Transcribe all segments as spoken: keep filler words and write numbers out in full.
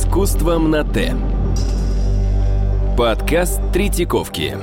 искусством на Т. Подкаст Третьяковки.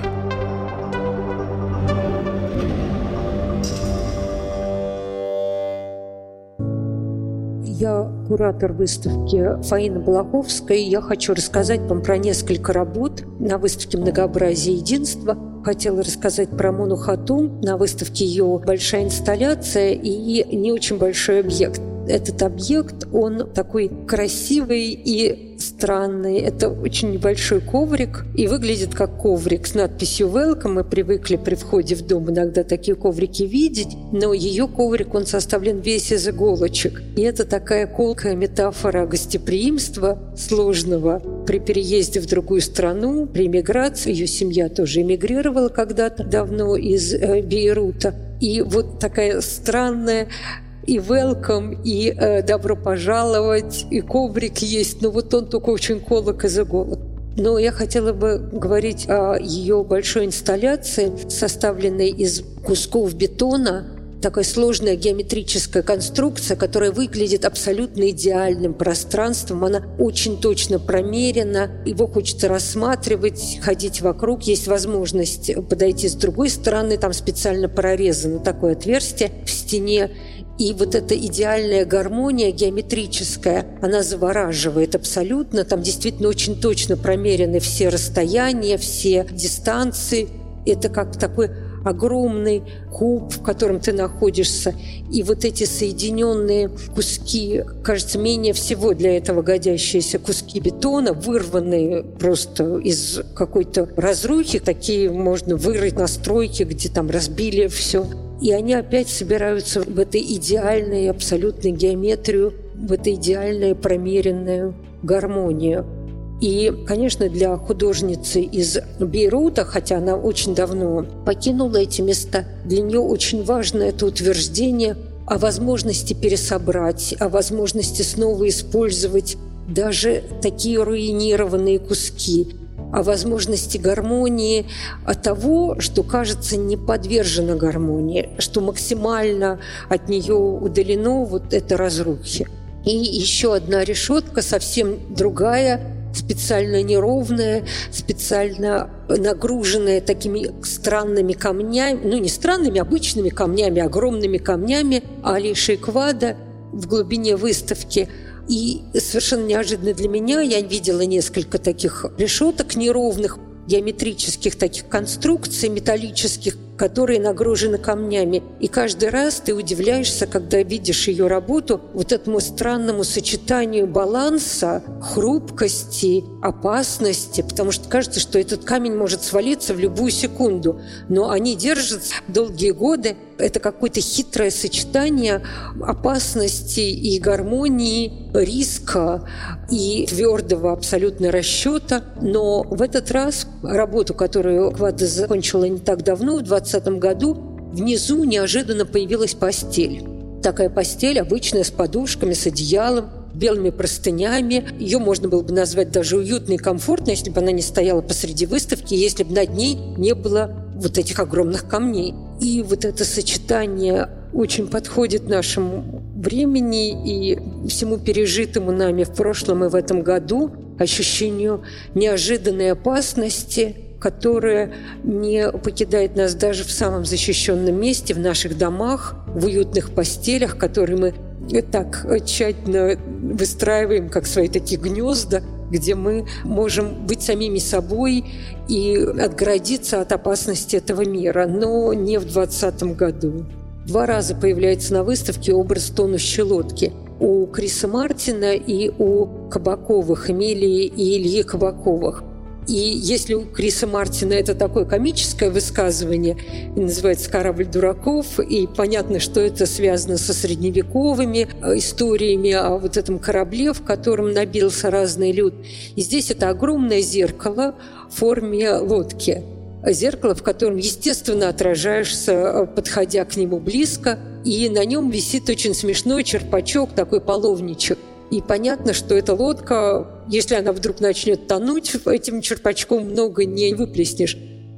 Я куратор выставки Фаина Балаховская, и я хочу рассказать вам про несколько работ на выставке «Многообразие и единство». Хотела рассказать про Мону Хатун. На выставке ее большая инсталляция и не очень большой объект. Этот объект, он такой красивый и странный. Это очень небольшой коврик и выглядит как коврик с надписью «Welcome». Мы привыкли при входе в дом иногда такие коврики видеть, но ее коврик, он составлен весь из иголочек. И это такая колкая метафора гостеприимства сложного при переезде в другую страну, при эмиграции. Ее семья тоже эмигрировала когда-то давно из Бейрута. И вот такая странная и welcome, и э, добро пожаловать, и коврик есть, но вот он только очень колок из иголок. Но я хотела бы говорить о ее большой инсталляции, составленной из кусков бетона, такая сложная геометрическая конструкция, которая выглядит абсолютно идеальным пространством. Она очень точно промерена, его хочется рассматривать, ходить вокруг. Есть возможность подойти с другой стороны, там специально прорезано такое отверстие в стене. И вот эта идеальная гармония геометрическая, она завораживает абсолютно. Там действительно очень точно промерены все расстояния, все дистанции. Это как такой огромный куб, в котором ты находишься. И вот эти соединенные куски, кажется, менее всего для этого годящиеся куски бетона, вырванные просто из какой-то разрухи. Такие можно вырыть на стройке, где там разбили все. И они опять собираются в этой идеальной абсолютной геометрию, в этой идеальную промеренную гармонию. И, конечно, для художницы из Бейрута, хотя она очень давно покинула эти места, для нее очень важно это утверждение о возможности пересобрать, о возможности снова использовать даже такие руинированные куски, о возможности гармонии, от того, что, кажется, не подвержено гармонии, что максимально от нее удалено вот это разрухи. И еще одна решетка, совсем другая, специально неровная, специально нагруженная такими странными камнями, ну не странными, обычными камнями, огромными камнями Али Шейхвада в глубине выставки. И совершенно неожиданно для меня я видела несколько таких решеток неровных, геометрических таких конструкций металлических, которые нагружены камнями. И каждый раз ты удивляешься, когда видишь ее работу, вот этому странному сочетанию баланса, хрупкости, опасности, потому что кажется, что этот камень может свалиться в любую секунду, но они держатся долгие годы. Это какое-то хитрое сочетание опасности и гармонии, риска и твердого абсолютно расчета. Но в этот раз работу, которую Квада закончила не так давно, в двадцатом году, внизу неожиданно появилась постель. Такая постель обычная, с подушками, с одеялом, белыми простынями. Ее можно было бы назвать даже уютной и комфортной, если бы она не стояла посреди выставки, если бы над ней не было вот этих огромных камней. И вот это сочетание очень подходит нашему времени и всему пережитому нами в прошлом и в этом году, ощущению неожиданной опасности, которая не покидает нас даже в самом защищенном месте, в наших домах, в уютных постелях, которые мы так тщательно выстраиваем, как свои такие гнезда, где мы можем быть самими собой и отгородиться от опасности этого мира, но не в двадцатом году. Два раза появляется на выставке образ тонущей лодки. У Криса Мартина и у Кабаковых, Эмилии и Ильи Кабаковых. И если у Криса Мартина это такое комическое высказывание, называется «Корабль дураков», и понятно, что это связано со средневековыми историями о вот этом корабле, в котором набился разный люд. И здесь это огромное зеркало в форме лодки. Зеркало, в котором, естественно, отражаешься, подходя к нему близко, и на нем висит очень смешной черпачок, такой половничек. И понятно, что эта лодка, если она вдруг начнет тонуть, этим черпачком много не выплеснешь.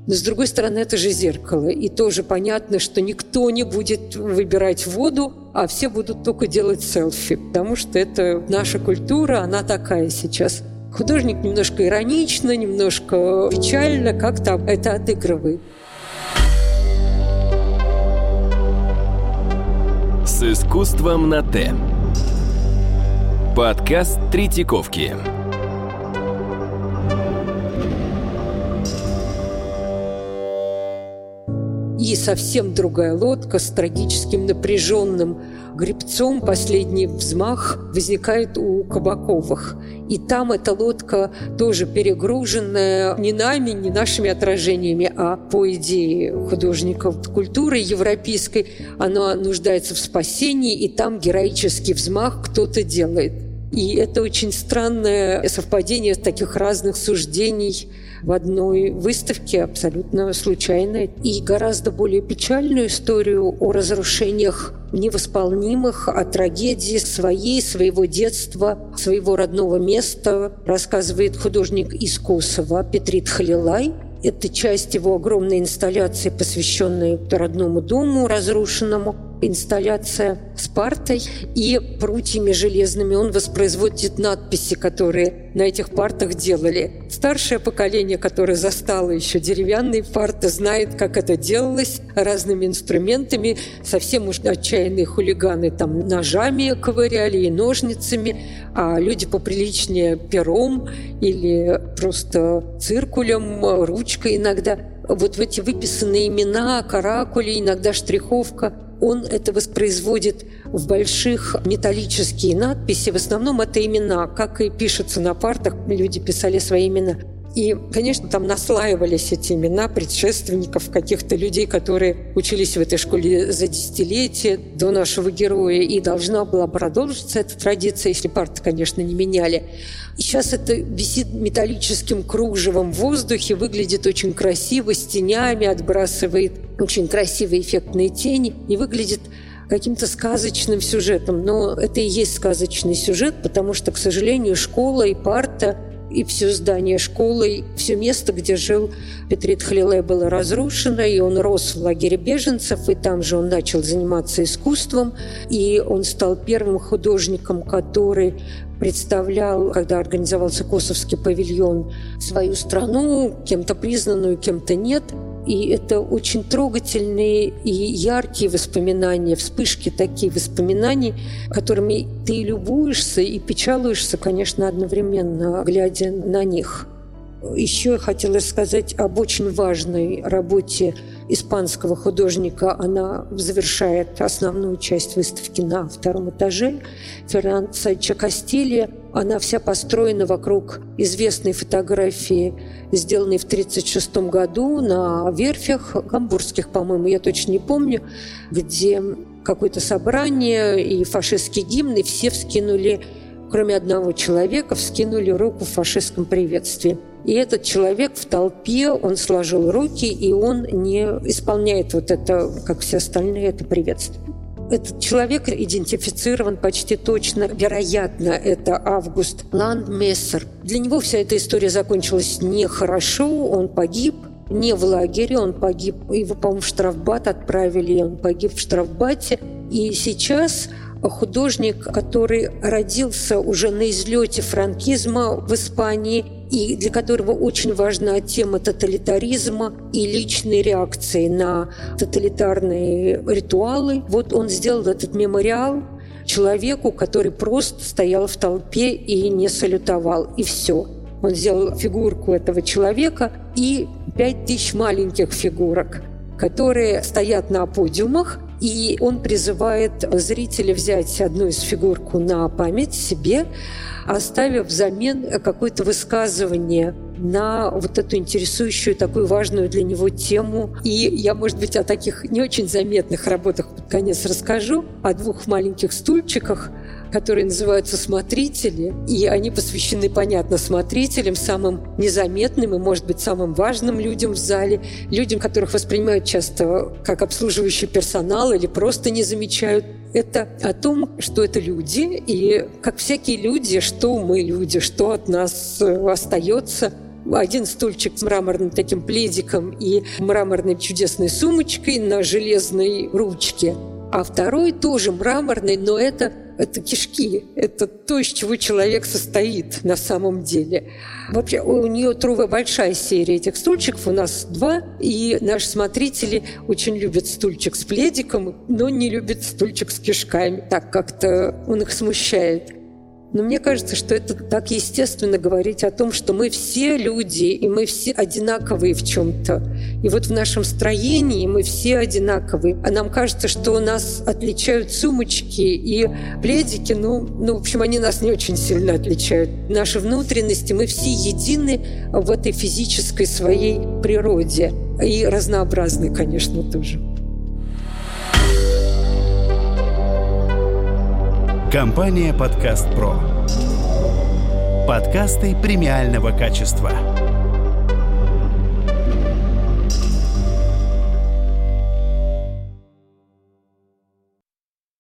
Но, с другой стороны, это же зеркало. И тоже понятно, что никто не будет выбирать воду, а все будут только делать селфи, потому что это наша культура, она такая сейчас. Художник немножко иронично, немножко печально как-то это отыгрывает. С искусством на Т. Подкаст Третьяковки. И совсем другая лодка с трагическим напряженным гребцом. Последний взмах возникает у Кабаковых. И там эта лодка тоже перегруженная не нами, не нашими отражениями, а по идее художников культуры европейской. Она нуждается в спасении, и там героический взмах кто-то делает. И это очень странное совпадение таких разных суждений в одной выставке, абсолютно случайно. И гораздо более печальную историю о разрушениях невосполнимых, о трагедии своей, своего детства, своего родного места рассказывает художник из Косово Петрит Халилай. Это часть его огромной инсталляции, посвященной родному дому разрушенному. Инсталляция с партой и прутьями железными. Он воспроизводит надписи, которые на этих партах делали. Старшее поколение, которое застало еще деревянные парты, знает, как это делалось разными инструментами. Совсем уж отчаянные хулиганы там ножами ковыряли и ножницами, а люди поприличнее пером или просто циркулем, ручкой иногда. Вот в эти выписанные имена, каракули, иногда штриховка, он это воспроизводит в больших металлические надписи. В основном это имена, как и пишется на партах, люди писали свои имена. И, конечно, там наслаивались эти имена предшественников, каких-то людей, которые учились в этой школе за десятилетия до нашего героя. И должна была продолжиться эта традиция, если парты, конечно, не меняли. И сейчас это висит металлическим кружевом в воздухе, выглядит очень красиво, с тенями, отбрасывает очень красивые эффектные тени и выглядит каким-то сказочным сюжетом. Но это и есть сказочный сюжет, потому что, к сожалению, школа и парта, и все здание школы, и все место, где жил Петрит Халилай, было разрушено, и он рос в лагере беженцев, и там же он начал заниматься искусством, и он стал первым художником, который представлял, когда организовался Косовский павильон, свою страну, кем-то признанную, кем-то нет. И это очень трогательные и яркие воспоминания, вспышки такие воспоминаний, которыми ты любуешься и печалуешься, конечно, одновременно, глядя на них. Еще я хотела сказать об очень важной работе испанского художника. Она завершает основную часть выставки на втором этаже. Фернандо Санчо Кастилья. Она вся построена вокруг известной фотографии, сделанной в тысяча девятьсот тридцать шестом году на верфях гамбургских, по-моему, я точно не помню, где какое-то собрание и фашистский гимн, и все вскинули, кроме одного человека, вскинули руку в фашистском приветствии. И этот человек в толпе, он сложил руки, и он не исполняет вот это, как все остальные, это приветствие. Этот человек идентифицирован почти точно. Вероятно, это Август Ландмессер. Для него вся эта история закончилась нехорошо. Он погиб не в лагере, он погиб. Его, по-моему, в штрафбат отправили, он погиб в штрафбате. И сейчас художник, который родился уже на излете франкизма в Испании, и для которого очень важна тема тоталитаризма и личной реакции на тоталитарные ритуалы. Вот он сделал этот мемориал человеку, который просто стоял в толпе и не салютовал, и все. Он сделал фигурку этого человека и пять тысяч маленьких фигурок, которые стоят на подиумах, и он призывает зрителя взять одну из фигурку на память себе, оставив взамен какое-то высказывание на вот эту интересующую, такую важную для него тему. И я, может быть, о таких не очень заметных работах под конец расскажу, о двух маленьких стульчиках, которые называются «Смотрители», и они посвящены, понятно, смотрителям, самым незаметным и, может быть, самым важным людям в зале, людям, которых воспринимают часто как обслуживающий персонал или просто не замечают. Это о том, что это люди, и как всякие люди, что мы люди, что от нас остается. Один стульчик с мраморным таким пледиком и мраморной чудесной сумочкой на железной ручке. А второй тоже мраморный, но это, это кишки. Это то, из чего человек состоит на самом деле. Вообще у нее трудовая большая серия этих стульчиков, у нас два. И наши смотрители очень любят стульчик с пледиком, но не любят стульчик с кишками. Так как-то он их смущает. Но мне кажется, что это так естественно говорить о том, что мы все люди, и мы все одинаковые в чем-то. И вот в нашем строении мы все одинаковые. А нам кажется, что нас отличают сумочки и пледики. Ну, ну, в общем, они нас не очень сильно отличают. Наши внутренности, мы все едины в этой физической своей природе. И разнообразны, конечно, тоже. Компания «Подкаст Про». Подкасты премиального качества.